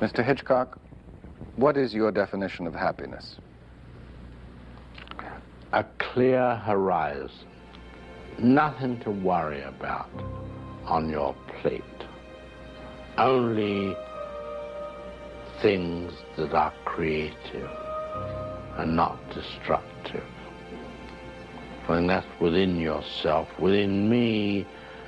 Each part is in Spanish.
Mr. Hitchcock, what is your definition of happiness? A clear horizon, nothing to worry about on your plate, only things that are creative and not destructive. And that's within yourself. Within me,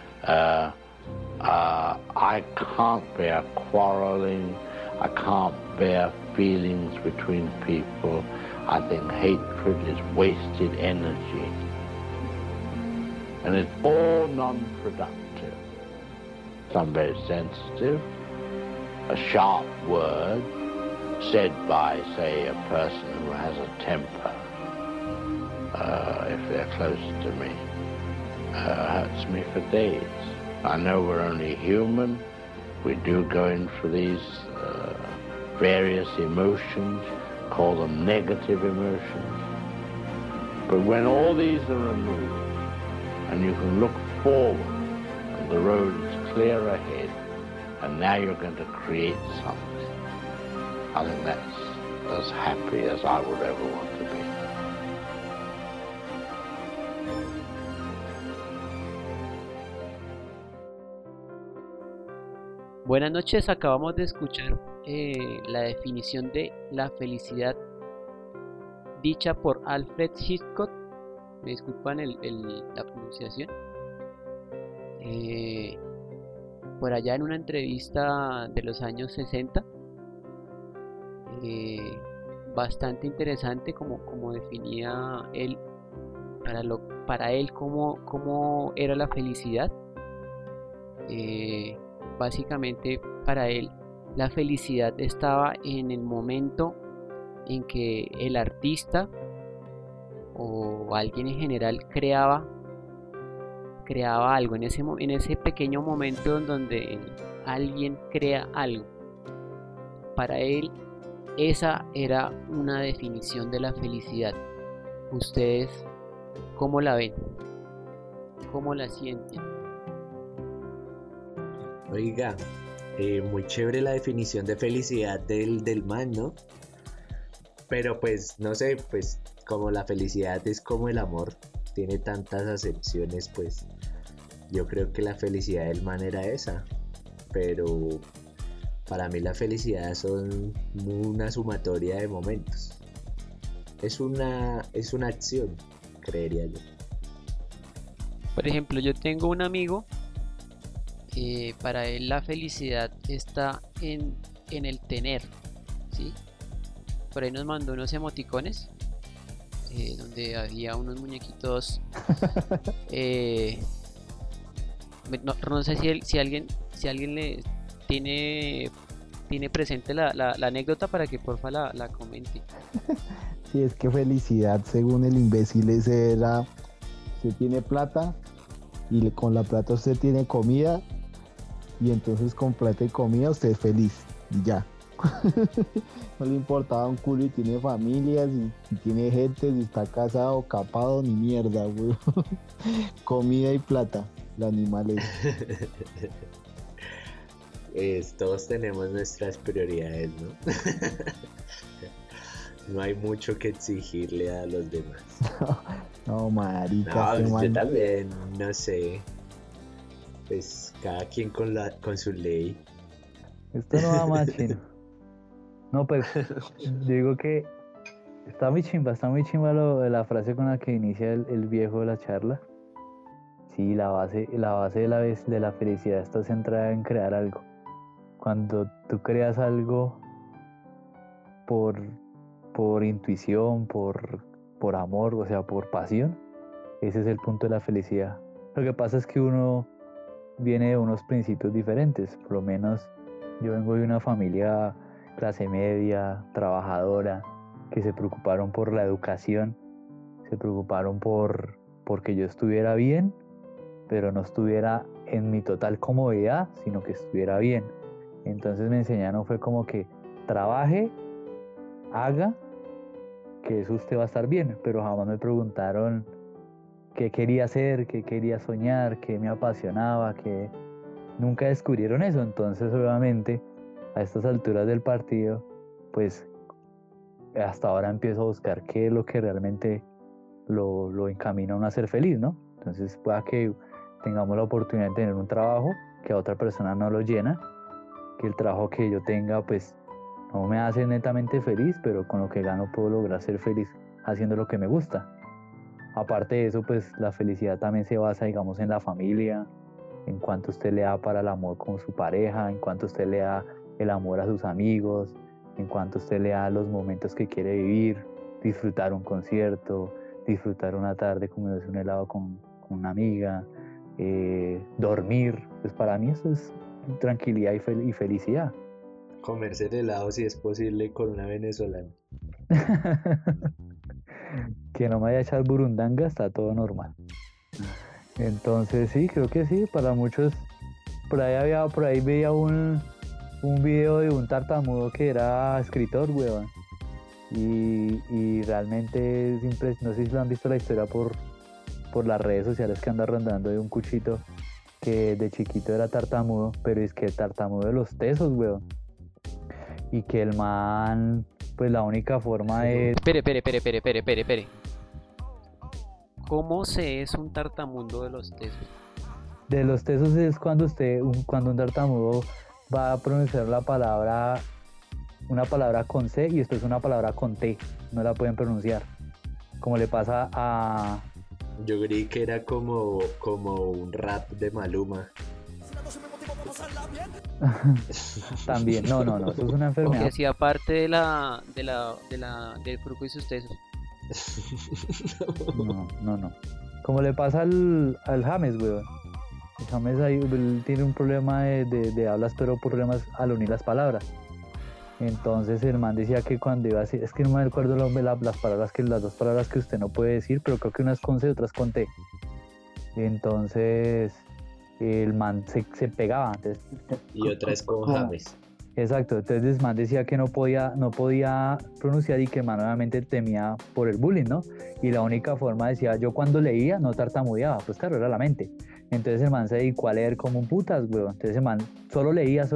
I can't bear quarreling. I can't bear feelings between people. I think hatred is wasted energy. And it's all non-productive. Some very sensitive. A sharp word said by, say, a person who has a temper, if they're close to me, hurts me for days. I know we're only human. We do go in for these various emotions, call them negative emotions. But when all these are removed and you can look forward and the road is clear ahead and now you're going to create something, I think that's as happy as I would ever want to be. Buenas noches, acabamos de escuchar la definición de la felicidad dicha por Alfred Hitchcock. Me disculpan la pronunciación. Por allá en una entrevista de los años 60, bastante interesante como definía él para él cómo era la felicidad. Básicamente para él la felicidad estaba en el momento en que el artista o alguien en general creaba algo, en ese pequeño momento en donde alguien crea algo. Para él esa era una definición de la felicidad. ¿Ustedes cómo la ven? ¿Cómo la sienten? Oiga, muy chévere la definición de felicidad del man, ¿no? Pero pues, no sé, pues como la felicidad es como el amor, tiene tantas acepciones, pues yo creo que la felicidad del man era esa. Pero para mí la felicidad son una sumatoria de momentos. Es una acción, creería yo. Por ejemplo, yo tengo un amigo. Para él la felicidad está en el tener, ¿sí? Por ahí nos mandó unos emoticones donde había unos muñequitos. No sé si alguien le tiene presente la anécdota para que porfa la comente. Sí, es que felicidad, según el imbécil ese, era: usted tiene plata y con la plata usted tiene comida, y entonces con plata y comida usted es feliz y ya. No le importaba un culo y tiene familias y tiene gente, y está casado, capado, ni mierda, güey. Comida y plata, el animal es. Todos tenemos nuestras prioridades, ¿no? No hay mucho que exigirle a los demás. No, marica. No, yo también, no sé. Pues cada quien con su ley. Esto no va más, chino. No, pues yo digo que está muy chimba la frase con la que inicia el viejo de la charla. Sí, la base de la felicidad está centrada en crear algo. Cuando tú creas algo por intuición, por amor, o sea, por pasión, ese es el punto de la felicidad. Lo que pasa es que uno viene de unos principios diferentes. Por lo menos yo vengo de una familia clase media, trabajadora, que se preocuparon por la educación, se preocuparon porque yo estuviera bien, pero no estuviera en mi total comodidad, sino que estuviera bien. Entonces me enseñaron, fue como que trabaje, haga, que eso usted va a estar bien, pero jamás me preguntaron qué quería hacer, qué quería soñar, qué me apasionaba, que nunca descubrieron eso. Entonces obviamente a estas alturas del partido, pues hasta ahora empiezo a buscar qué es lo que realmente lo encamina a uno a ser feliz, ¿no? Entonces pueda que tengamos la oportunidad de tener un trabajo que a otra persona no lo llena, que el trabajo que yo tenga pues no me hace netamente feliz, pero con lo que gano puedo lograr ser feliz haciendo lo que me gusta. Aparte de eso, pues la felicidad también se basa, digamos, en la familia, en cuanto usted le da para el amor con su pareja, en cuanto usted le da el amor a sus amigos, en cuanto usted le da los momentos que quiere vivir, disfrutar un concierto, disfrutar una tarde comiéndose un helado con una amiga, dormir. Pues para mí eso es tranquilidad y felicidad. Comerse el helado si es posible con una venezolana. Que no me vaya a echar burundanga, está todo normal. Entonces sí, creo que sí, para muchos. Por ahí veía un video de un tartamudo que era escritor, weón. Y realmente es impresionante. No sé si lo han visto la historia por las redes sociales, que anda rondando de un cuchito que de chiquito era tartamudo, pero es que tartamudo de los tesos, weón. Y que el man, pues la única forma de... Espere. ¿Cómo se es un tartamudo de los tesos? De los tesos es cuando un tartamudo va a pronunciar una palabra con C y después una palabra con T, no la pueden pronunciar, como le pasa a... Yo creí que era como un rap de Maluma. También, no, eso es una enfermedad. Que hacía parte del grupo de sus tesos. No. Como le pasa al James, weón. El James ahí, él tiene un problema de hablas, pero problemas al unir las palabras. Entonces el man decía que cuando iba a decir, es que no me acuerdo las dos palabras que usted no puede decir, pero creo que una es con C y otra es con T. Entonces el man se pegaba antes. Y otra es con James. Exacto, entonces el man decía que no podía pronunciar y que el man obviamente temía por el bullying, ¿no? Y la única forma, decía, yo cuando leía no tartamudeaba, pues claro, era la mente. Entonces el man se dedicó a leer como un putas, weón. Entonces el man solo leía.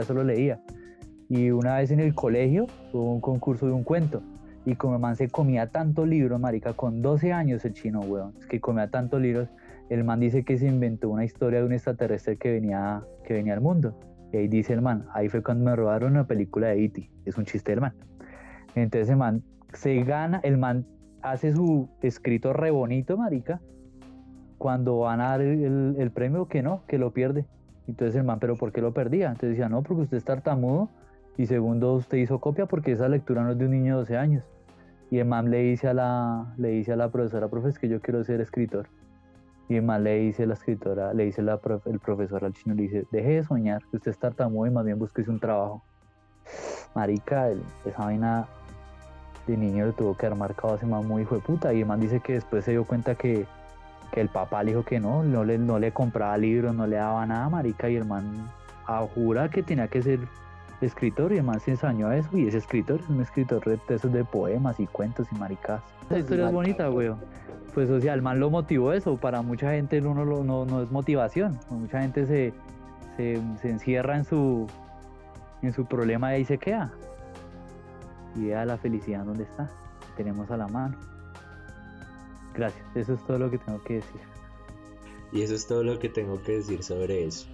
Y una vez en el colegio hubo un concurso de un cuento. Y como el man se comía tantos libros, marica, con 12 años el chino, weón, es que comía tantos libros, el man dice que se inventó una historia de un extraterrestre que venía al mundo. Y ahí dice el man, ahí fue cuando me robaron una película de E.T. Es un chiste del man. Entonces el man el man hace su escrito re bonito, marica, cuando van a dar el premio, que lo pierde. Entonces el man, ¿pero por qué lo perdía? Entonces decía, no, porque usted es tartamudo, y segundo, usted hizo copia porque esa lectura no es de un niño de 12 años. Y el man le dice a la profesora, profe, es que yo quiero ser escritor. Y el man le dice el profesor al chino, le dice, deje de soñar, que usted es tartamudo y más bien búsquese un trabajo. Marica, esa vaina de niño le tuvo que haber marcado a ese man muy hijo de puta. Y el man dice que después se dio cuenta que el papá le dijo que no le compraba libros, no le daba nada, marica, y el man jura que tenía que ser escritor, y el man se ensañó a eso, y es escritor, es un escritor de esos de poemas y cuentos y maricas. Esa historia es bonita, weón. Pues o sea, el man lo motivó eso. Para mucha gente no es motivación. Mucha gente se encierra en su problema y ahí se queda. Y vea la felicidad donde está. Tenemos a la mano. Gracias, eso es todo lo que tengo que decir. Y eso es todo lo que tengo que decir sobre eso.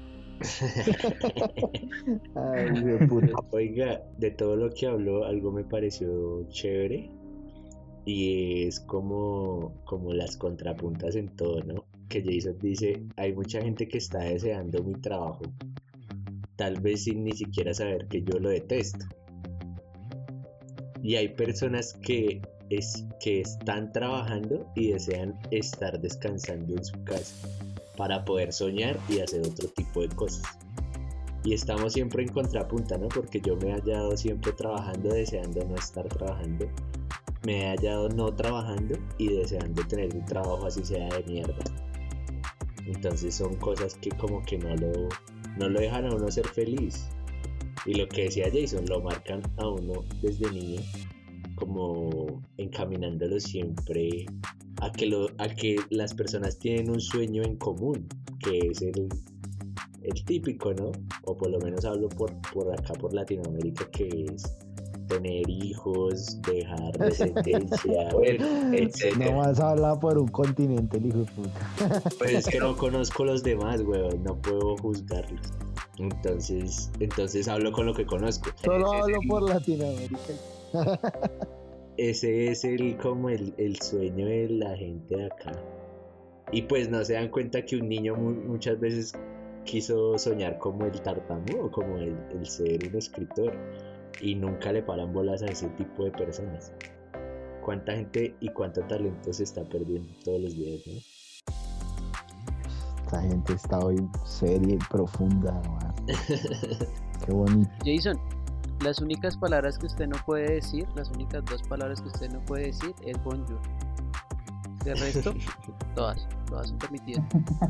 Ay, de puta. Oiga, de todo lo que habló, algo me pareció chévere. Y es como las contrapuntas en todo, ¿no? Que Jason dice, hay mucha gente que está deseando mi trabajo, tal vez sin ni siquiera saber que yo lo detesto. Y hay personas que están trabajando y desean estar descansando en su casa para poder soñar y hacer otro tipo de cosas. Y estamos siempre en contrapunta, ¿no? Porque yo me he hallado siempre trabajando, deseando no estar trabajando. Me he hallado no trabajando y deseando tener un trabajo así sea de mierda. Entonces son cosas que como que no lo dejan a uno ser feliz. Y lo que decía Jason, lo marcan a uno desde niño, como encaminándolo siempre a que las personas tienen un sueño en común, que es el típico, ¿no? O por lo menos hablo por acá, por Latinoamérica, que es tener hijos, dejar descendencia, bueno, etc. Nomás habla por un continente el hijo de puta. Pues es que no conozco los demás, weón, no puedo juzgarlos. Entonces hablo con lo que conozco. Solo hablo por Latinoamérica. Ese es como el sueño de la gente de acá. Y pues no se dan cuenta que un niño muchas veces quiso soñar como el tartamudo, como el ser un escritor. Y nunca le paran bolas a ese tipo de personas. Cuánta gente y cuánto talento se está perdiendo todos los días, ¿no? Esta gente está hoy seria y profunda, man. Qué bonito. Jason, las únicas palabras que usted no puede decir, las únicas 2 palabras que usted no puede decir es bonjour. De resto, todas son permitidas.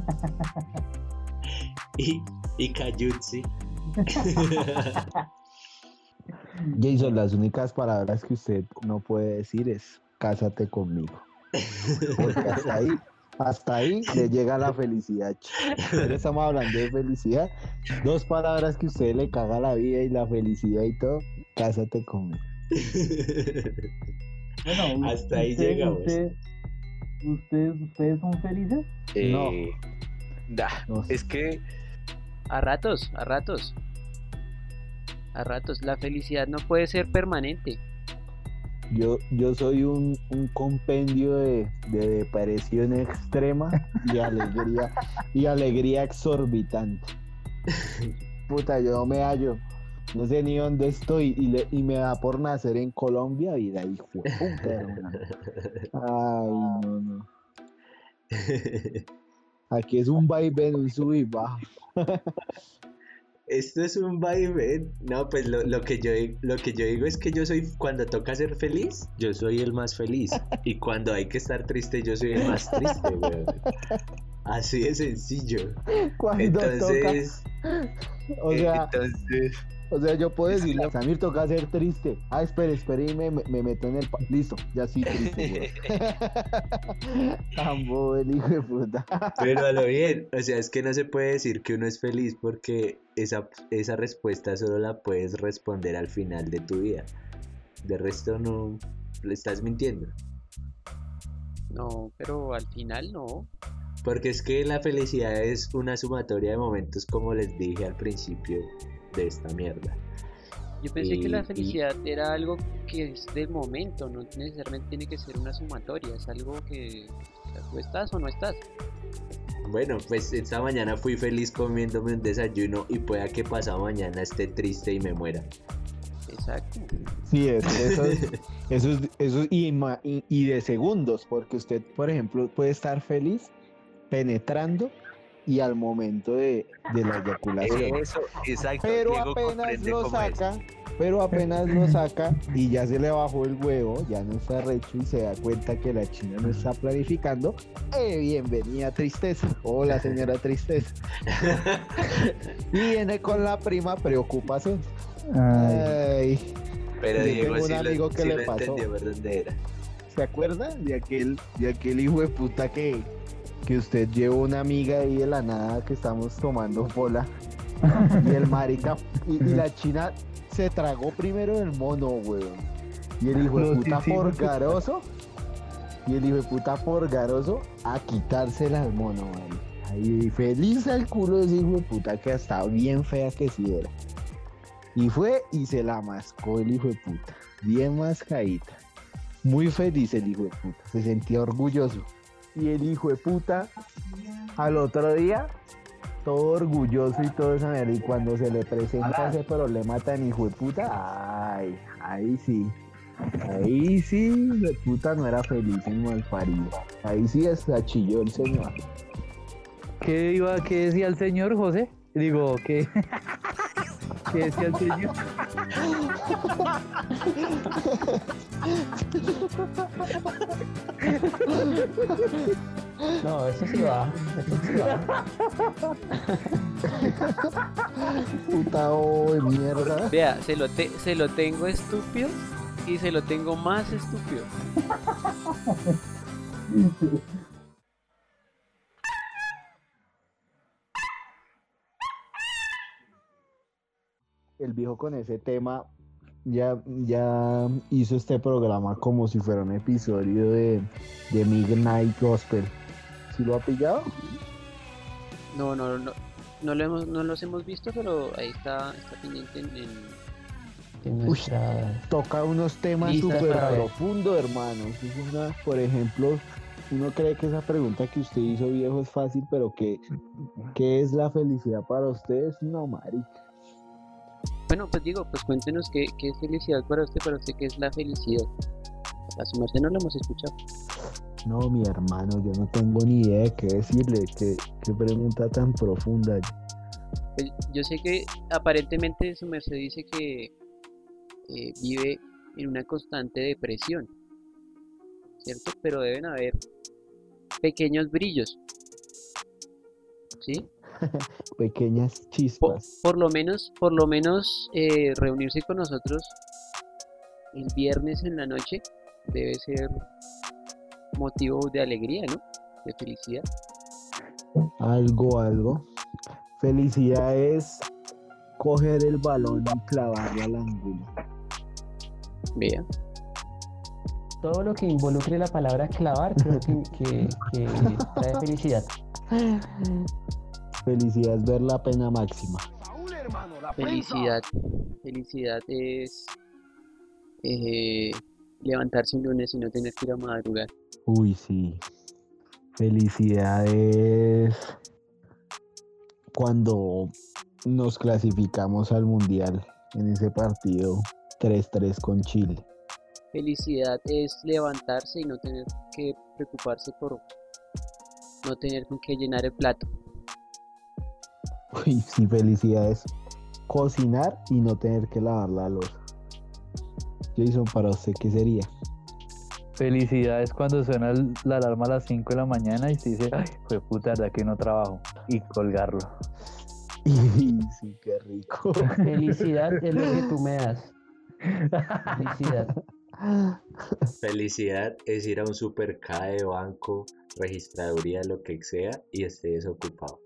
Y Kayutsi. Jason, las únicas palabras que usted no puede decir es cásate conmigo. Porque hasta ahí le llega la felicidad. Pero estamos hablando de felicidad. 2 palabras que usted le caga la vida y la felicidad y todo, cásate conmigo. Bueno, Hasta ahí llegamos. ¿Ustedes son felices? No. No sé. Es que A ratos. La felicidad no puede ser permanente. Yo soy un compendio de depresión extrema y alegría exorbitante. Puta, yo no me hallo. No sé ni dónde estoy y me da por nacer en Colombia y de ahí fue puta, hermano. Ay, no. Aquí es un vaivén, un sub y baja. Esto es un vaivén. No, pues lo que yo digo es que yo soy, cuando toca ser feliz, yo soy el más feliz. Y cuando hay que estar triste, yo soy el más triste, weón. Así de sencillo. Cuando Entonces, o sea, yo puedo decirle a Samir, toca ser triste. Ah, espere, y me meto en el... Listo, ya sí triste, güey. Tambo, el hijo de puta. pero a lo bien, o sea, es que no se puede decir que uno es feliz porque esa respuesta solo la puedes responder al final de tu vida. De resto no, le estás mintiendo. No, pero al final no. Porque es que la felicidad es una sumatoria de momentos, como les dije al principio de esta mierda. Yo pensé que la felicidad era algo que es del momento, no necesariamente tiene que ser una sumatoria, es algo que, o sea, tú estás o no estás. Bueno, pues esta mañana fui feliz comiéndome un desayuno y pueda que pasado mañana esté triste y me muera. Exacto. Sí, eso y de segundos, porque usted, por ejemplo, puede estar feliz penetrando y al momento de la eyaculación. eso, exacto. Pero Diego apenas comprende lo cómo es. saca y ya se le bajó el huevo, ya no está recho y se da cuenta que la china no está planificando. Bienvenida tristeza. Hola señora tristeza. Y viene con la prima preocupación. Ay, Pero yo Diego tengo un sí amigo que sí le lo pasó. entendió por dónde era. ¿Se acuerda de aquel hijo de puta que usted llevó una amiga ahí de la nada que estamos tomando pola? Y el marica y la china se tragó primero el mono, weón. Y el hijo de puta por garoso a quitársela al mono, weón. Ahí feliz al culo de ese hijo de puta que hasta bien fea que sí era. Y fue y se la mascó el hijo de puta. Bien mascadita. Muy feliz el hijo de puta. Se sentía orgulloso. Y el hijo de puta al otro día todo orgulloso y todo eso, y cuando se le presenta ese problema tan hijo de puta, ay, ahí sí, de puta no era feliz en malparido, ahí sí hasta chilló el señor. ¿Qué decía el señor, José? Digo, ¿qué decía el señor? No, eso sí va. Puta mierda. Vea, se lo tengo estúpido y se lo tengo más estúpido. el viejo con ese tema ya hizo este programa como si fuera un episodio de Midnight Gospel. ¿Sí lo ha pillado? No los hemos visto, pero ahí está pendiente En Uy, nuestra... toca unos temas Listas súper para ver. profundos, hermano. Por ejemplo, uno cree que esa pregunta que usted hizo, viejo, es fácil, pero ¿qué es la felicidad para ustedes? No, marica. Bueno, pues digo, pues cuéntenos qué es felicidad para usted qué es la felicidad. A su merced no lo hemos escuchado. No, mi hermano, yo no tengo ni idea de qué decirle. Qué pregunta tan profunda. Pues yo sé que aparentemente su merced dice que vive en una constante depresión, ¿cierto? Pero deben haber pequeños brillos, ¿sí? Pequeñas Po- chispas. por lo menos reunirse con nosotros el viernes en la noche debe ser motivo de alegría, ¿no? De felicidad. Algo. Felicidad es coger el balón y clavarlo al ángulo. Vea. Todo lo que involucre la palabra clavar creo que trae felicidad. Felicidad es ver la pena máxima. Felicidad es levantarse un lunes y no tener que ir a madrugar. Uy, sí. Felicidad es cuando nos clasificamos al Mundial en ese partido 3-3 con Chile. Felicidad es levantarse y no tener que preocuparse por no tener con qué llenar el plato. Uy, sí, felicidad es cocinar y no tener que lavar la loza. Jason, para usted, ¿qué sería? Felicidad es cuando suena la alarma a las 5 de la mañana y se dice, ay, fue puta, de aquí no trabajo. Y colgarlo. Y sí, qué rico. Felicidad es lo que tú me das. Felicidad. Felicidad es ir a un superCAE, banco, registraduría, lo que sea, y esté desocupado.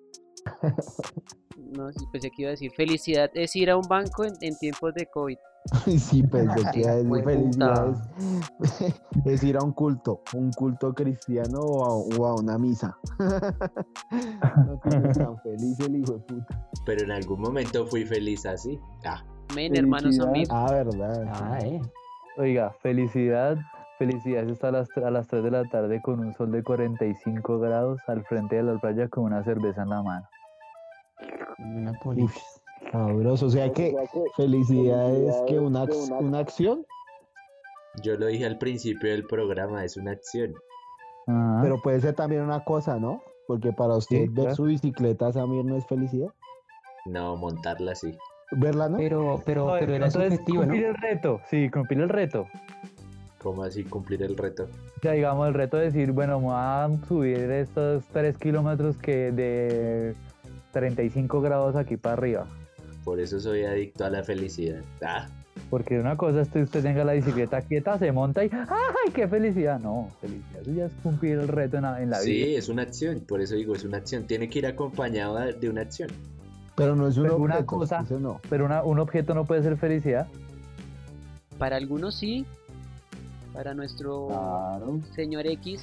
No, sí, pensé que iba a decir felicidad es ir a un banco en tiempos de COVID. Sí, pensé que iba a decir Fue felicidad puta. es ir a un culto cristiano o a una misa. No tiene tan feliz el hijo de puta. Pero en algún momento fui feliz así. Men, hermanos Felicidad. amigos. Ah, verdad. Ah, Oiga, felicidad es estar a las 3 de la tarde con un sol de 45 grados al frente de la playa con una cerveza en la mano. una Uf, polita. sabroso. O sea que felicidad es que una acción, Yo lo dije al principio del programa, es una acción. Ajá. pero puede ser también una cosa, ¿no? Porque para usted Sí, ver claro. su bicicleta, Samir, no es felicidad. No, montarla así. ¿Verla, no? Pero era Entonces, subjetivo, ¿no? cumplir el reto, sí, cumplir el reto. ¿Cómo así cumplir el reto? O sea, digamos, el reto de decir, bueno, me voy a subir estos 3 kilómetros que de 35 grados aquí para arriba. Por eso soy adicto a la felicidad. Porque una cosa es que usted tenga la bicicleta quieta, se monta y ¡ay, qué felicidad! No, felicidad, eso ya es cumplir el reto en la vida. Sí, es una acción, por eso digo, es una acción. Tiene que ir acompañado de una acción. Pero no es un Pero una objeto, cosa- eso no. Pero un objeto no puede ser felicidad. Para algunos sí. Para nuestro señor X,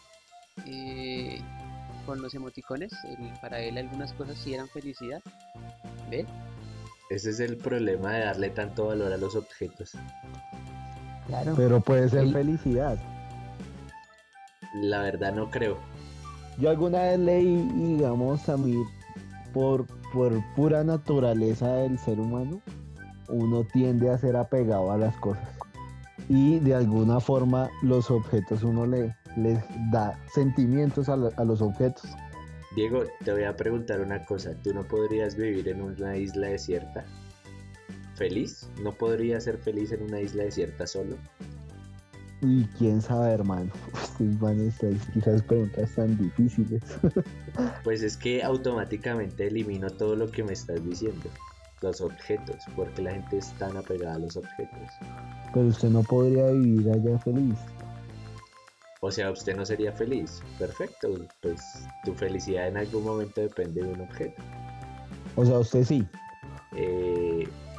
con los emoticones, para él algunas cosas sí eran felicidad. ¿Ve? Ese es el problema de darle tanto valor a los objetos. Claro. Pero puede ser El- felicidad. La verdad no creo. Yo alguna vez leí, digamos, Samir, por pura naturaleza del ser humano, uno tiende a ser apegado a las cosas. Y de alguna forma los objetos uno les da sentimientos a los objetos. Diego, te voy a preguntar una cosa. ¿Tú no podrías vivir en una isla desierta? ¿Feliz? ¿No podrías ser feliz en una isla desierta solo? Y quién sabe, hermano. Ustedes van a estar quizás preguntas tan difíciles. Pues es que automáticamente elimino todo lo que me estás diciendo. Los objetos, porque la gente es tan apegada a los objetos. Pero usted no podría vivir allá feliz. O sea, usted no sería feliz. Perfecto, pues tu felicidad en algún momento depende de un objeto. O sea, usted sí.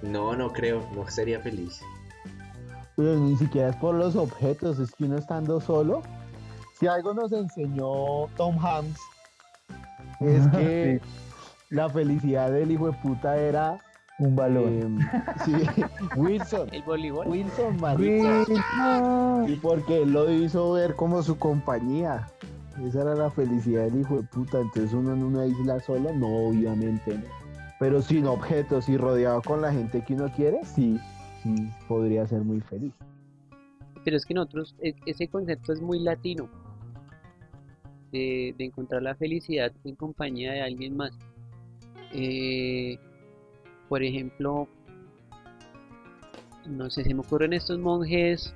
No, no creo, no sería feliz. Pero ni siquiera es por los objetos, es que uno estando solo. Si algo nos enseñó Tom Hanks, es que la felicidad del hijo de puta era Un balón. sí, Wilson. El voleibol. Wilson, marica. Y porque él lo hizo ver como su compañía. Esa era la felicidad del hijo de puta. Entonces uno en una isla solo, no, obviamente no. Pero sin objetos y rodeado con la gente que uno quiere, sí podría ser muy feliz. Pero es que nosotros, ese concepto es muy latino, de encontrar la felicidad en compañía de alguien más. Por ejemplo, no sé, se me ocurren estos monjes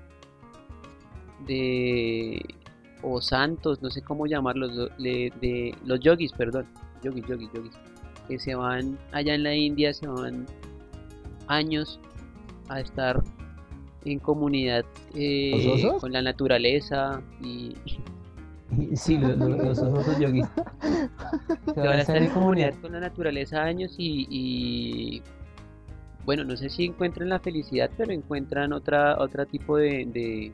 o santos, no sé cómo llamarlos, de los yogis, perdón, yogis, que se van allá en la India, se van años a estar en comunidad ¿Los osos? con la naturaleza y Sí, los osos yogis. se van a estar en comunidad con la naturaleza años y bueno, no sé si encuentran la felicidad, pero encuentran otra tipo de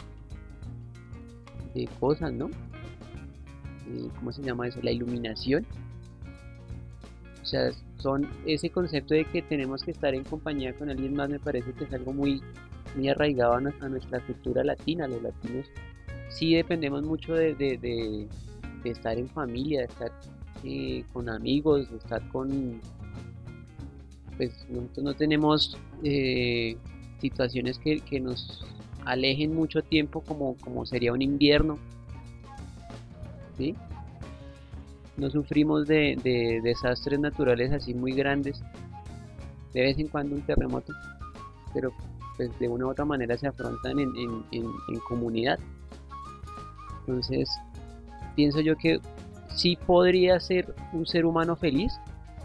cosas, ¿no? ¿Cómo se llama eso? La iluminación. O sea, son ese concepto de que tenemos que estar en compañía con alguien más, me parece que es algo muy arraigado a nuestra cultura latina. Los latinos sí dependemos mucho de estar en familia, de estar con amigos, de estar con... Pues nosotros no tenemos situaciones que nos alejen mucho tiempo como sería un invierno, ¿sí? No sufrimos de desastres naturales así muy grandes, de vez en cuando un terremoto, pero pues de una u otra manera se afrontan en comunidad. Entonces pienso yo que sí podría ser un ser humano feliz,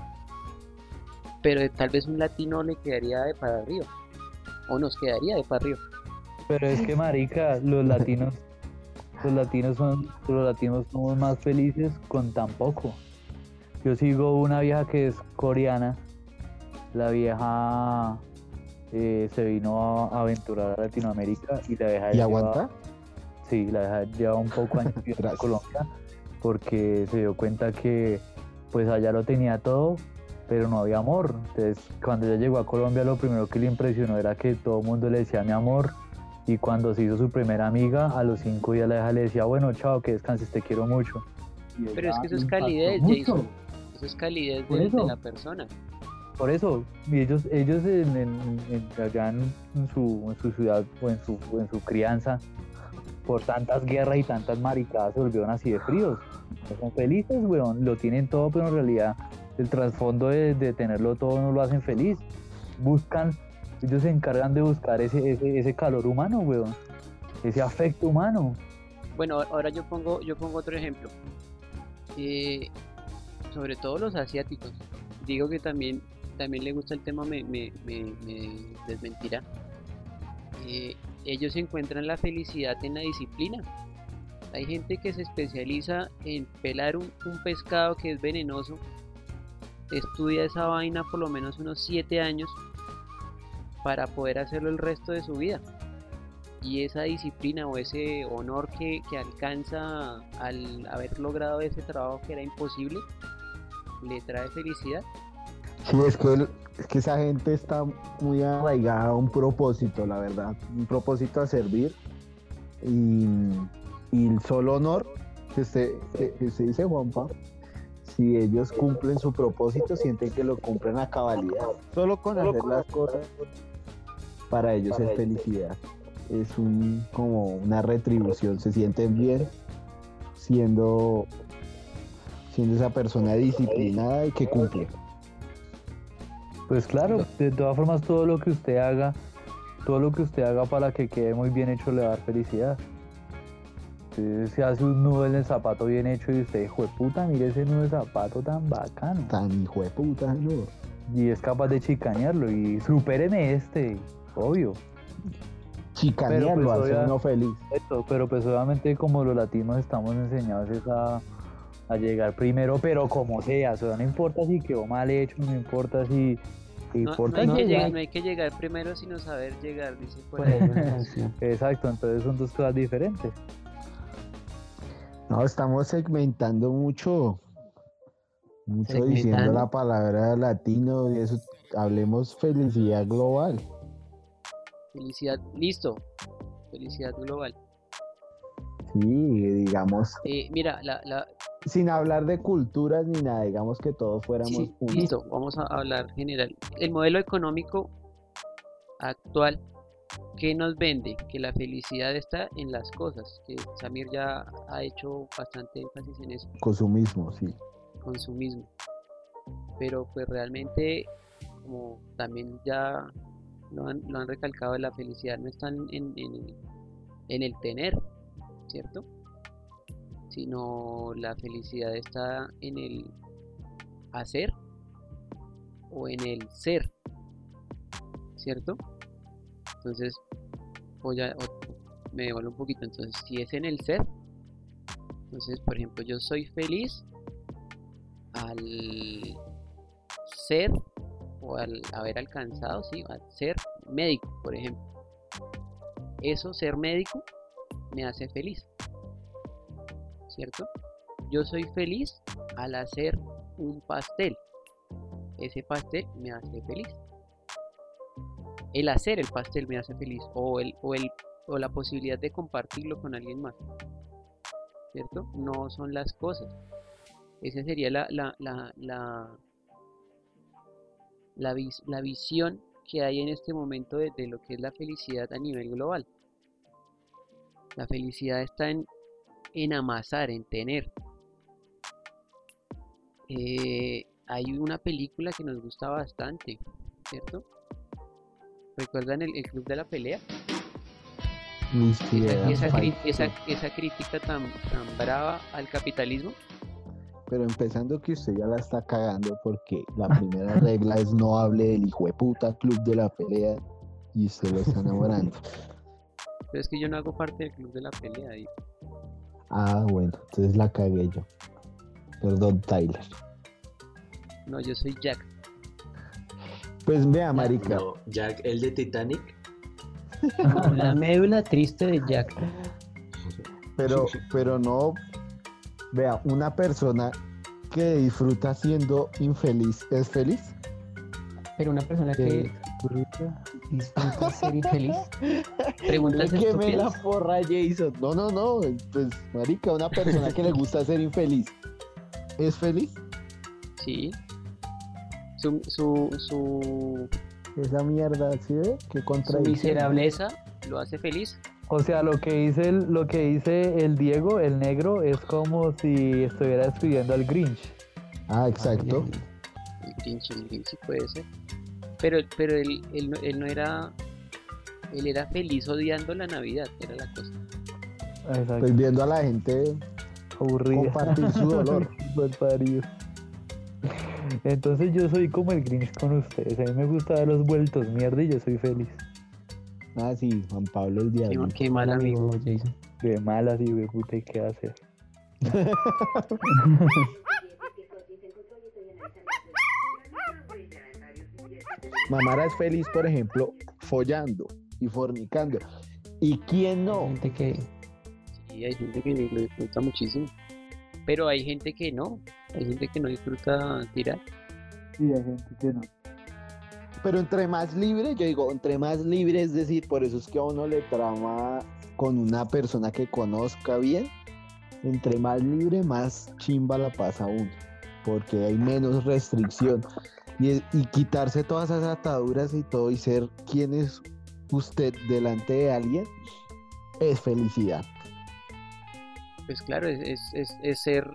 pero tal vez un latino le quedaría de para arriba, o nos quedaría de para arriba. Pero es que marica, los latinos somos más felices con tan poco. Yo sigo una vieja que es coreana. La vieja se vino a aventurar a Latinoamérica y la vieja ¿Y aguanta? Sí, la vieja lleva un poco años viviendo en Gracias. Colombia porque se dio cuenta que pues allá lo tenía todo, pero no había amor. Entonces, cuando ella llegó a Colombia, lo primero que le impresionó era que todo el mundo le decía mi amor. Y cuando se hizo su primera amiga, a los 5 días la vieja le decía, bueno, chao, que descanses, te quiero mucho. Y Pero es ella que eso es impactó calidez, mucho. Jason. Eso es calidez Por de eso. la persona. Por eso, y ellos allá en su ciudad o en su crianza, por tantas guerras y tantas maricadas, se volvieron así de fríos. No son felices, weón, lo tienen todo, pero en realidad el trasfondo de tenerlo todo no lo hacen feliz. Ellos se encargan de buscar ese calor humano, weón, ese afecto humano. Bueno, ahora yo pongo otro ejemplo. Sobre todo los asiáticos. Digo que también le gusta el tema, me desmentirá. Ellos encuentran la felicidad en la disciplina. Hay gente que se especializa en pelar un pescado que es venenoso, estudia esa vaina por lo menos unos 7 años para poder hacerlo el resto de su vida. Y esa disciplina o ese honor que alcanza al haber logrado ese trabajo que era imposible, le trae felicidad. Sí, es que esa gente está muy arraigada a un propósito, la verdad. Un propósito a servir. Y el solo honor que usted dice, Juanpa, si ellos cumplen su propósito, sienten que lo cumplen a cabalidad. Solo con hacer las cosas, para ellos es felicidad. Es como una retribución. Se sienten bien siendo esa persona disciplinada y que cumple. Pues claro, de todas formas todo lo que usted haga para que quede muy bien hecho le va a dar felicidad. Usted se hace un nudo en el zapato bien hecho y usted, hijo de puta, mire ese nudo de zapato tan bacano. Tan hijo de puta, ¿no? Y es capaz de chicanearlo y supéreme obvio. Chicanearlo, Pero, pues, hace uno feliz. Pero pues obviamente como los latinos estamos enseñados es a llegar primero, pero como sea, o sea, no importa si quedó mal hecho, no importa si ¿Qué No, importa? no, ya- no hay que llegar primero, sino saber llegar, dice por Por ahí ahí. una canción. Exacto, entonces son dos cosas diferentes. No, estamos segmentando mucho diciendo Segmentando. la palabra latino y eso. Hablemos felicidad global. Felicidad, listo. Felicidad global. Sí, digamos, Mira, sin hablar de culturas ni nada, digamos que todos fuéramos sí, uno. listo, vamos a hablar general. El modelo económico actual, ¿qué nos vende? Que la felicidad está en las cosas, que Samir ya ha hecho bastante énfasis en eso, Consumismo, sí. consumismo. Pero pues realmente, como también ya lo han recalcado, la felicidad no está en el tener, ¿cierto? Sino la felicidad está en el hacer o en el ser, ¿cierto? Entonces, me devuelvo un poquito. Entonces, si es en el ser, entonces, por ejemplo, yo soy feliz al ser o al haber alcanzado, sí, al ser médico, por ejemplo. Eso, ser médico, me hace feliz, ¿cierto? Yo soy feliz al hacer un pastel. Ese pastel me hace feliz. El hacer el pastel me hace feliz. O la posibilidad de compartirlo con alguien más, ¿cierto? No son las cosas. Esa sería la visión que hay en este momento de lo que es la felicidad a nivel global. La felicidad está en amasar, en tener. Hay una película que nos gusta bastante, ¿cierto? ¿Recuerdan el Club de la Pelea? Esa crítica tan brava al capitalismo. Pero empezando que usted ya la está cagando porque la primera regla es no hable del hijo de puta club de la pelea y usted lo está enamorando. Pero es que yo no hago parte del Club de la Pelea. Ah, bueno, entonces la cagué yo. Perdón, Tyler. No, yo soy Jack. Pues vea, marica. No, Jack, el de Titanic. No, la médula triste de Jack. Pero no, vea, una persona que disfruta siendo infeliz, ¿es feliz? Pero una persona que disfruta ser infeliz. Preguntas Me quemé la estúpidas. porra, Jason. No, pues, marica, una persona que le gusta ser infeliz, ¿es feliz? Sí. Su Esa mierda, ¿sí ve? Qué contradicción. miserableza lo hace feliz. O sea, lo que dice el Diego, el negro, es como si estuviera escribiendo al Grinch. Ah, exacto. El Grinch sí puede ser. Pero él no era. Él era feliz odiando la Navidad, era la cosa. Exacto. Pues viendo a la gente Aburrida. compartir su dolor. Mal parido. Entonces yo soy como el Grinch con ustedes. A mí me gusta dar los vueltos mierda y yo soy feliz. Ah, sí, Juan Pablo el diablo. Qué mal amigo. Jason. De malas y de puta, ¿y qué hacer? Mamara es feliz, por ejemplo, follando y fornicando. ¿Y quién Hay no? gente que Sí, hay gente que lo disfruta muchísimo. Pero hay gente que no. Hay gente que no disfruta tirar. Sí, hay gente que no. Pero entre más libre, yo digo, entre más libre, es decir, por eso es que a uno le trama con una persona que conozca bien. Entre más libre, más chimba la pasa uno. Porque hay menos restricción. Y quitarse todas esas ataduras y todo y ser quien es usted delante de alguien es felicidad. Pues claro, es ser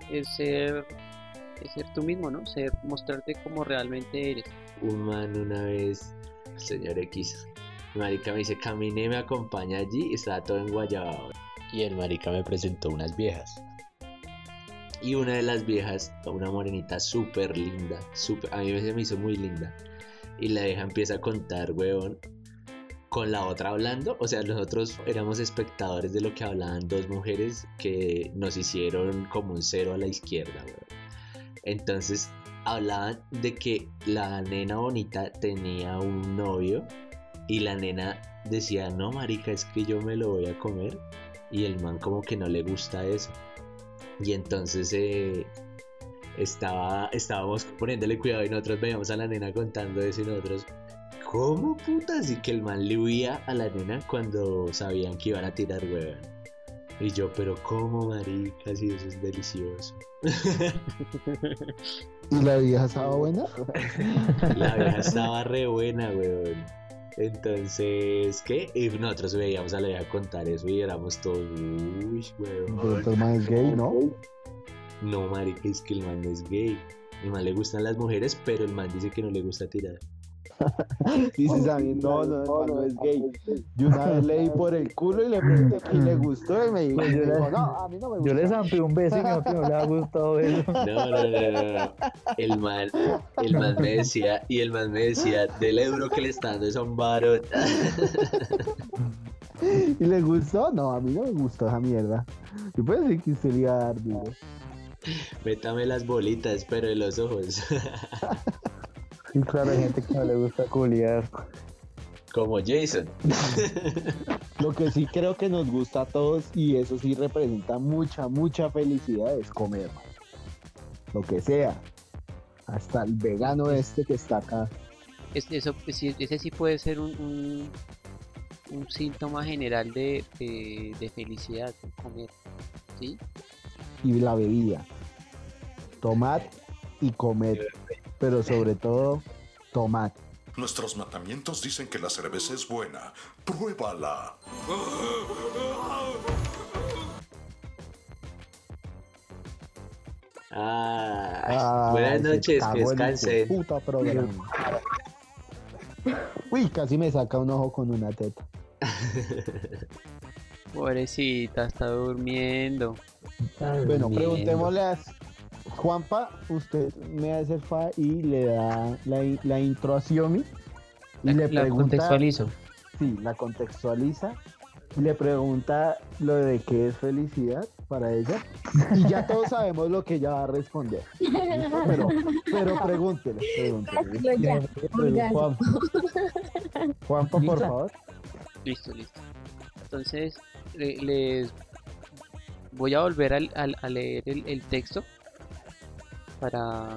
tú mismo, ¿no? Mostrarte como realmente eres. Un man una vez, el señor X, marica me dice, camine, me acompaña allí, y estaba todo en Guayabao. Y el marica me presentó unas viejas. Y una de las viejas, una morenita súper linda, a mí se me hizo muy linda. Y la vieja empieza a contar, weón, con la otra hablando. O sea, nosotros éramos espectadores de lo que hablaban dos mujeres que nos hicieron como un cero a la izquierda, weón. Entonces hablaban de que la nena bonita tenía un novio y la nena decía, no marica, es que yo me lo voy a comer, y el man como que no le gusta eso. Y entonces estábamos poniéndole cuidado y nosotros veíamos a la nena contando eso y nosotros, ¿cómo putas? Y que el man le huía a la nena cuando sabían que iban a tirar hueva. Y yo, pero ¿cómo, marica? Si eso es delicioso. ¿Y la vieja estaba buena? La vieja estaba re buena, weón. Entonces, ¿qué? Y nosotros veíamos a la vieja contar eso y éramos todos, uy, Pero weón. tu man es gay, ¿no? No, marica, es que el man no es gay. El man le gustan las mujeres, pero el man dice que no le gusta tirar. Dices a mí, no, el man no es gay. Yo una vez le di por el culo y le pregunté que le gustó y me dijo, no, a mí no me gusta. Yo le zampé un beso y me dijo que no le ha gustado eso. No. El man me decía, del euro que le está dando es un barot. ¿Y le gustó? No, a mí no me gustó esa mierda. Yo puedo decir que usted le iba a dar duro. Métame las bolitas, pero en los ojos. Sí, claro, hay gente que no le gusta culiar. Como Jason. Lo que sí creo que nos gusta a todos y eso sí representa mucha felicidad es comer, man. Lo que sea. Hasta el vegano este que está acá. Ese sí puede ser un síntoma general de felicidad, comer, ¿sí? Y la bebida. Tomar y comer. Pero sobre todo, tomar. Nuestros matamientos dicen que la cerveza es buena. ¡Pruébala! Buenas noches, que descansen. Puta programa. Uy, casi me saca un ojo con una teta. Pobrecita, está durmiendo. Bueno, preguntémosle a Juanpa, usted me hace el fa y le da la intro a Xiaomi y le La pregunta, contextualizo. sí, la contextualiza y le pregunta lo de qué es felicidad para ella y ya todos sabemos lo que ella va a responder. ¿Listo? Pero pregúntele. Juanpa, por favor. Listo. Entonces, les voy a volver a leer el texto para,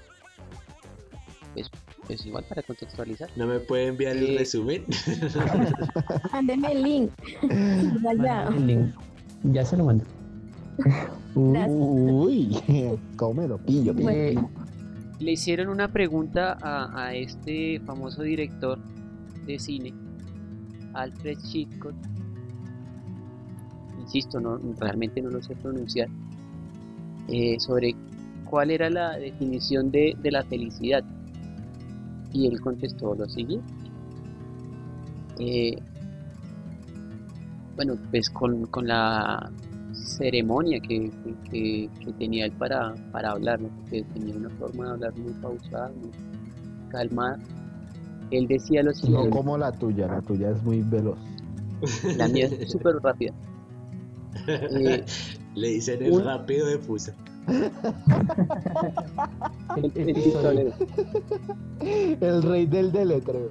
pues igual para contextualizar. ¿No me puede enviar el resumen? Mándeme el link. Ya. El link. Ya se lo mando. Uy, cómelo, pillo. Le hicieron una pregunta a este famoso director de cine, Alfred Hitchcock. Insisto, realmente no lo sé pronunciar. Sobre cuál era la definición de la felicidad. Y él contestó lo siguiente. Bueno, pues con la ceremonia que tenía él para hablar, ¿no? Porque tenía una forma de hablar muy pausada, muy calmada. Él decía lo No siguiente. como la tuya es muy veloz. La mía es súper rápida. Le dicen el rápido de Fusa. El pistolero. El rey del deletreo.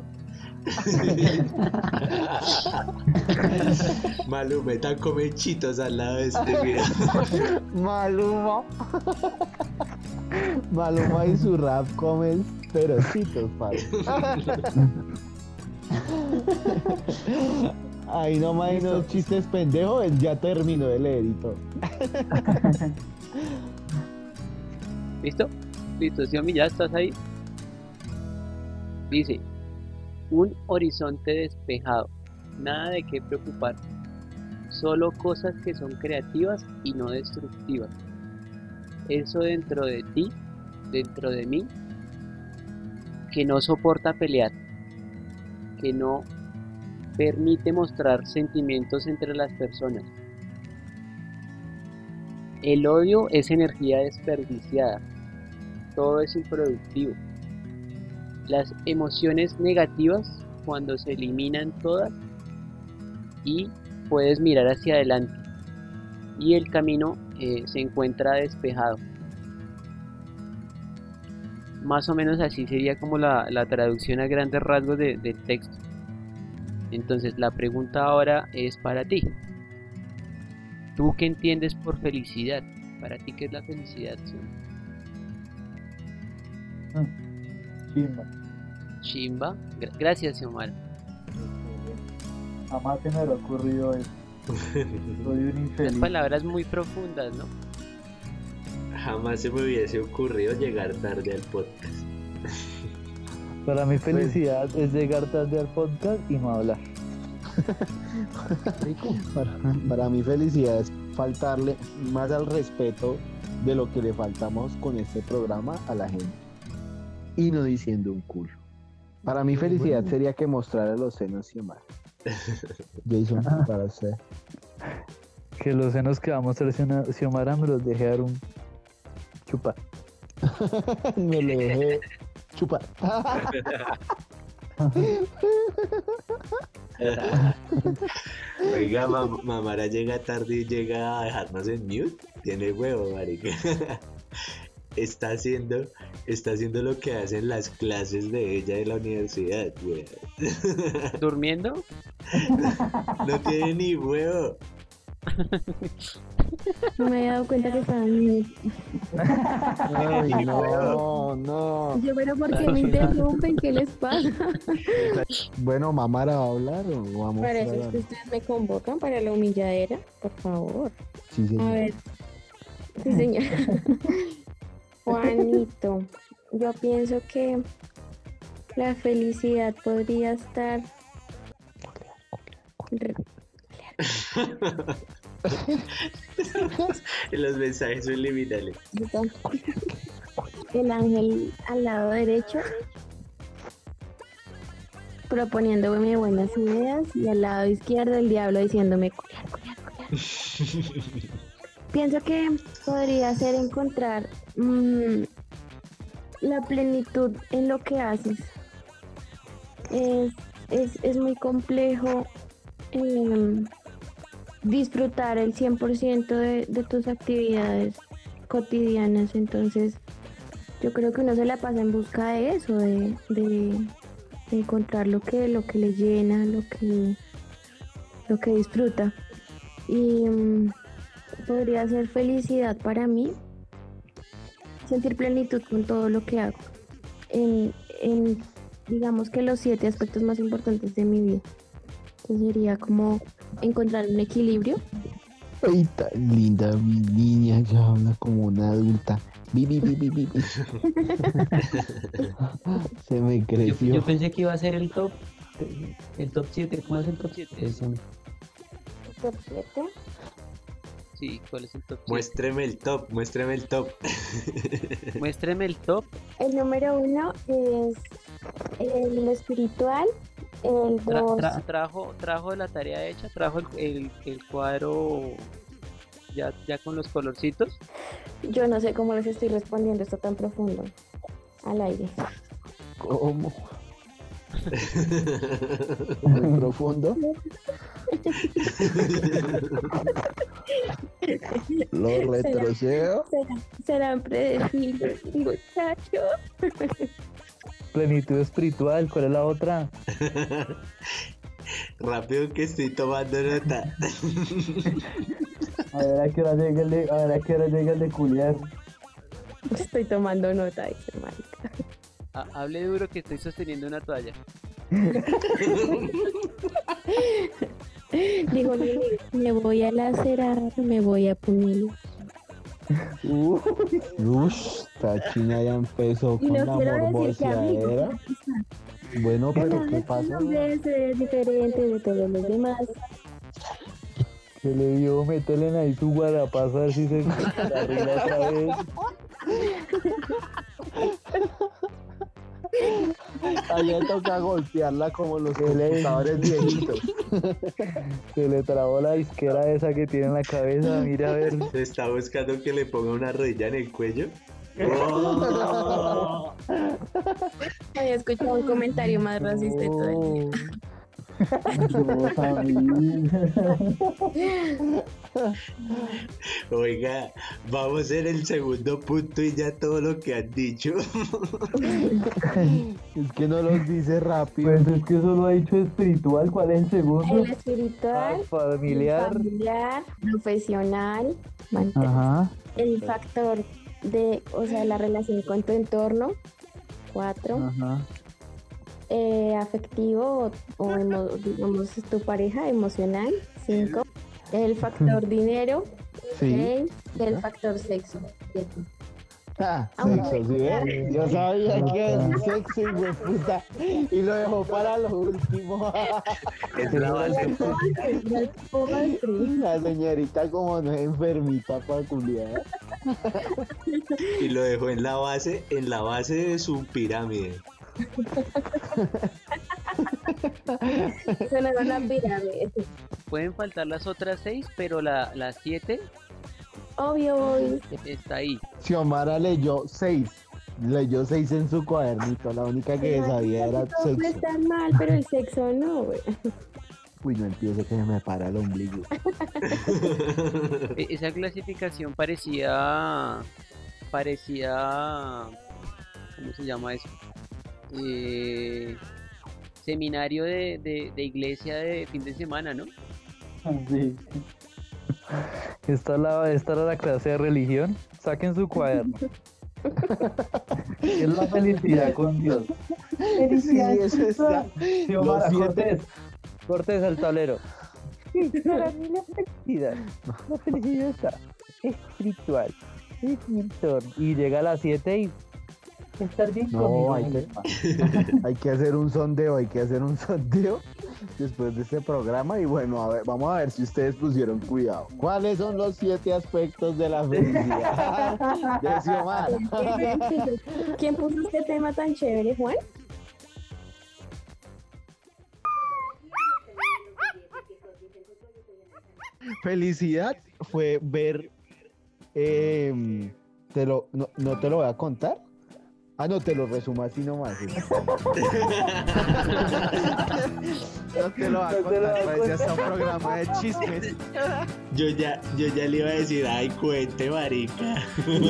Maluma, están comiendo chitos al lado de este, mira. Maluma y su rap comen perocitos, padre. Ahí nomás hay unos chistes pendejos, él ya terminó de leer y todo. ¿Listo? Listo, Xiaomi, ya estás ahí. Dice, un horizonte despejado, nada de qué preocupar, solo cosas que son creativas y no destructivas. Eso dentro de ti, dentro de mí, que no soporta pelear, que no permite mostrar sentimientos entre las personas. El odio es energía desperdiciada, todo es improductivo. Las emociones negativas, cuando se eliminan todas y puedes mirar hacia adelante y el camino se encuentra despejado. más o menos así sería como la traducción a grandes rasgos del texto. Entonces la pregunta ahora es para ti. ¿Tú qué entiendes por felicidad? ¿Para ti qué es la felicidad, Xiomara? Chimba. Chimba. Gracias, Xiomara. Jamás se me había ocurrido eso. Soy un Las infeliz. palabras muy profundas, ¿no? Jamás se me hubiese ocurrido llegar tarde al podcast. Para mí felicidad es llegar tarde al podcast y no hablar. Para mí felicidad es faltarle más al respeto de lo que le faltamos con este programa a la gente. Y no diciendo un culo. Para mí felicidad sería que mostrara los senos Xiomara. Jason, para usted. Que los senos que va a mostrar Xiomara me los deje dar un chupa. Me lo dejé chupar. Oiga, Mamara llega tarde y llega a dejarnos en mute. Tiene huevo, marica. Está haciendo lo que hacen las clases de ella de la universidad, güey. ¿Durmiendo? No tiene ni huevo. No me había dado cuenta que estaban en Ay, no. Yo, pero ¿por qué me interrumpen? ¿Qué les pasa? Bueno, Mamara va a hablar o vamos Para a eso es hablar. que ustedes me convocan para la humilladera, por favor. Sí, A señor. ver. Sí, señor. Juanito, yo pienso que la felicidad podría estar Los mensajes subliminales. el ángel al lado derecho proponiéndome buenas ideas y al lado izquierdo el diablo diciéndome culiar. Pienso que podría ser encontrar la plenitud en lo que haces. Es muy complejo disfrutar el 100% de tus actividades cotidianas, entonces yo creo que uno se la pasa en busca de eso, de encontrar lo que le llena, lo que disfruta. Y podría ser felicidad para mí sentir plenitud con todo lo que hago en digamos que los 7 aspectos más importantes de mi vida. Entonces sería como encontrar un equilibrio. Ay, tan linda mi niña, ya habla como una adulta. Bi. Se me creció. Yo pensé que iba a ser el top 7. ¿Cómo es el top 7? Top 7. Sí, ¿cuál es el top 7? Muéstreme el top. Muéstreme el top. El número 1 es lo espiritual. El 2 Trajo la tarea hecha, trajo el cuadro ya con los colorcitos. yo no sé cómo les estoy respondiendo esto tan profundo al aire. ¿Cómo? Muy profundo. Lo retrocedo. Serán predecibles, muchachos. Plenitud espiritual, ¿cuál es la otra? Rápido que estoy tomando nota. A ver a qué hora llega el de culiar. Estoy tomando nota, dice marica. Hable duro que estoy sosteniendo una toalla. Digo, me voy a lacerar, me voy a apuñalar. Esta china ya empezó Y con no la quiero decir que amigo, morboseadera. Bueno, pero ¿qué pasó? Es diferente de todos los demás. Que le dio, métele ahí su guarapazo a ver si se arregla otra vez. Allá toca golpearla como los computadores viejitos. Se le trabó la disquera esa que tiene en la cabeza, mira a ver. Está buscando que le ponga una rodilla en el cuello. Había escuchado un comentario más racista y todo el día. No, también. Oiga, vamos en el segundo punto y ya todo lo que han dicho. Es que no los dice rápido. Pues es que solo ha dicho espiritual. ¿Cuál es el segundo? El espiritual, Familiar. familiar, profesional, Ajá. el factor de, o sea, la relación con tu entorno, 4, Ajá. afectivo digamos tu pareja emocional, 5, el factor dinero, Sí. 6, y el factor sexo, 7. Ah, Aún sexo, ¿sí ves? Yo sabía que era sexo, hijo de puta. Y lo dejó para lo último. Es la base. La señorita como no es enfermita para culiar. Y lo dejó en la base de su pirámide. Eso no era una pirámide. Pueden faltar las otras 6, pero la 7 Obvio, está ahí. Xiomara leyó 6. Leyó 6 en su cuadernito. La única que sabía era todo no sexo. está mal, pero el sexo no, güey. Uy, no empiece que me para el ombligo. Esa clasificación parecía, ¿cómo se llama eso? Seminario de iglesia de fin de semana, ¿no? Sí. Esta era la clase de religión. Saquen su cuaderno. Es la felicidad con Dios. Sí, eso está. Xiomara, Lo siento. Cortés al tablero. Para mí la felicidad está espiritual, es mi entorno. Y llega a las 7 y estar bien conmigo. No, hay que hacer un sondeo, después de este programa y bueno, a ver, vamos a ver si ustedes pusieron cuidado. ¿Cuáles son los 7 aspectos de la felicidad? De Xiomara. ¿Quién puso este tema tan chévere, Juan? Felicidad fue ver, no te lo voy a contar. Ah, no, te lo resumo así nomás. No te lo voy a contar, parece hasta un programa de chismes. Yo ya le iba a decir, ay, cuente, marica.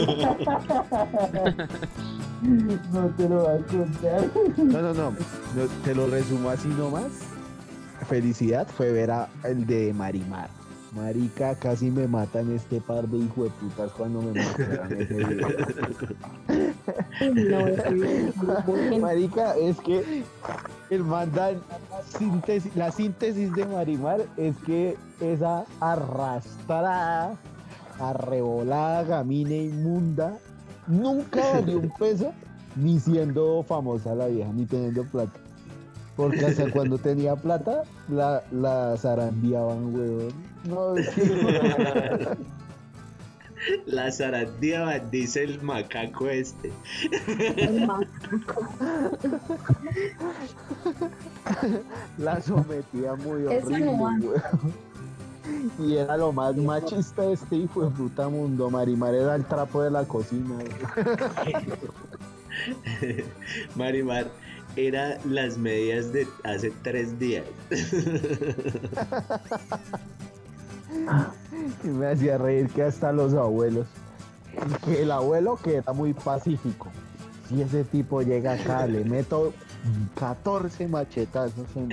No te lo voy a contar. No, te lo resumo así nomás. Felicidad fue ver a el de Marimar. Marica, casi me matan este par de hijueputas cuando me mataron ese video. Marica, es que el mandan la síntesis de Marimar es que esa arrastrada, arrebolada, gamina inmunda, nunca valió un peso, ni siendo famosa la vieja, ni teniendo plata. Porque hasta cuando tenía plata, la zarandeaban, huevón. No, es que... La zarandeaban, dice el macaco este. El macaco. La sometía muy horrible, Eso no va. huevón. Y era lo más machista de este hijo de puta mundo. Marimar era el trapo de la cocina, huevón. Marimar era las medias de hace 3 días. Y me hacía reír que hasta los abuelos. Y que el abuelo que era muy pacífico. Si ese tipo llega acá, le meto 14 machetazos en...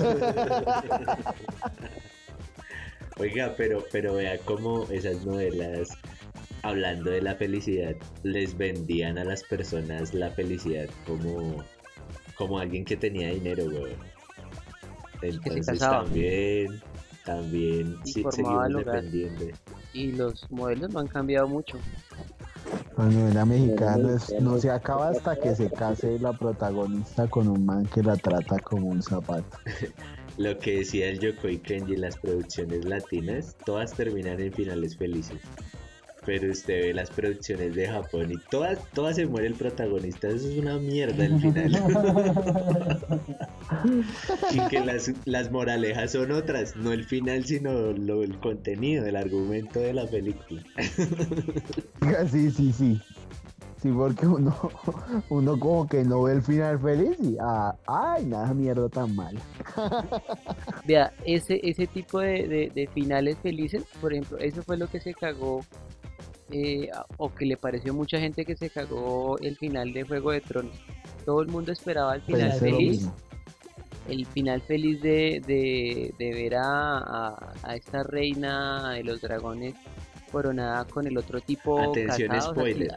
Oiga, pero vea cómo esas novelas, hablando de la felicidad, les vendían a las personas la felicidad como alguien que tenía dinero, güey. Entonces casaba. también sí, formaba seguimos el hogar. dependiendo. Y los modelos no han cambiado mucho. La novela mexicana no se acaba hasta que se case la protagonista con un man que la trata como un zapato. Lo que decía el Yokoi Kenji, las producciones latinas, todas terminan en finales felices. Pero usted ve las producciones de Japón y todas se muere el protagonista. Eso es una mierda el final. Y que las moralejas son otras, no el final, sino el contenido, el argumento de la película. Sí. Sí, porque uno como que no ve el final feliz y ay, nada, mierda tan mal. Vea, ese tipo de finales felices, por ejemplo, eso fue lo que se cagó, o que le pareció a mucha gente que se cagó el final de Juego de Tronos. Todo el mundo esperaba el final Pensé lo feliz, mismo. el final feliz de ver a esta reina de los dragones coronada con el otro tipo Atención, casados, spoiler.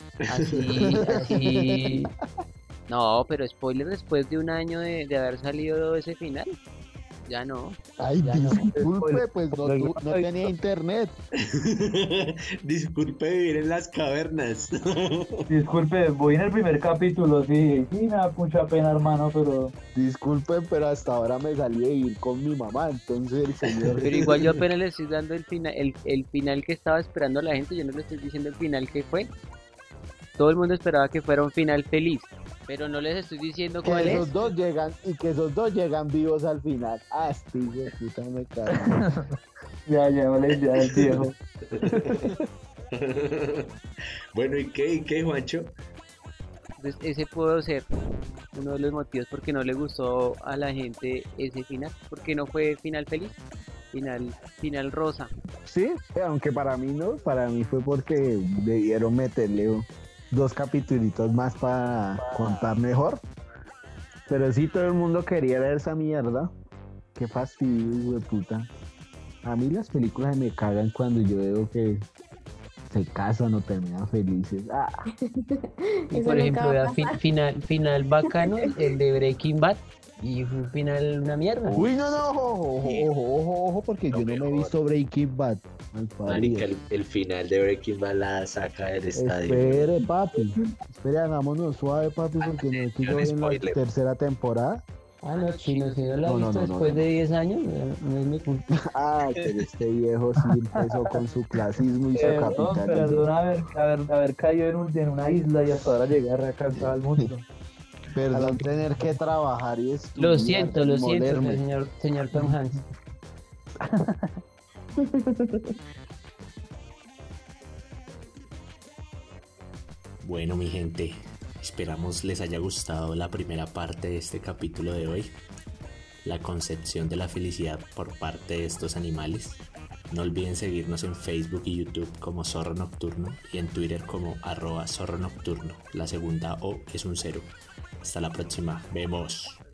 así. No, pero spoiler después de un año de haber salido ese final. Ya no. Ay, Ya no. disculpe, pues no tenía internet. Disculpe vivir en las cavernas. Disculpe, voy en el primer capítulo, sí, me da mucha pena, hermano, pero... Disculpen, pero hasta ahora me salí de vivir con mi mamá, entonces el señor... Pero igual yo apenas le estoy dando el final, el final que estaba esperando la gente, yo no le estoy diciendo el final que fue. Todo el mundo esperaba que fuera un final feliz, pero no les estoy diciendo que cuál esos es. dos llegan y que esos dos llegan vivos al final. Ah, este hijo de puta me cago. Ya, el viejo. Bueno, ¿y qué, Juancho? Entonces ese pudo ser uno de los motivos porque no le gustó a la gente ese final, porque no fue final feliz, final rosa. Sí, aunque para mí no, para mí fue porque debieron meterle 2 capitulitos más para contar mejor. Pero sí, todo el mundo quería ver esa mierda. Qué fastidio, hijo de puta. A mí las películas me cagan cuando yo veo que se casan o terminan felices. Y Eso por nunca ejemplo, va a vea, pasar. final bacano, el de Breaking Bad, y fue un final una mierda. Uy, no, ojo, porque yo no me he visto Breaking Bad. Marica, el final de Breaking Bad la saca del estadio. Espere, papi. Espere, hagámonos suave, papi, porque no es que yo voy en la spoiler. tercera temporada. Ah, no, chino, si no la No, he no, visto no, no, después no. de 10 años, no es mi culpa. Ay, pero este viejo sí empezó con su clasismo y su capitalismo. Perdón haber caído en una isla y hasta ahora llegar a cansar al mundo. Perdón tener que trabajar y estudiar. Lo siento, y molerme. señor Tom Hanks. Bueno, mi gente, esperamos les haya gustado la primera parte de este capítulo de hoy. La concepción de la felicidad por parte de estos animales. No olviden seguirnos en Facebook y YouTube como Zorro Nocturno y en Twitter como @Zorro Nocturno. La segunda O es un 0. Hasta la próxima. Vemos.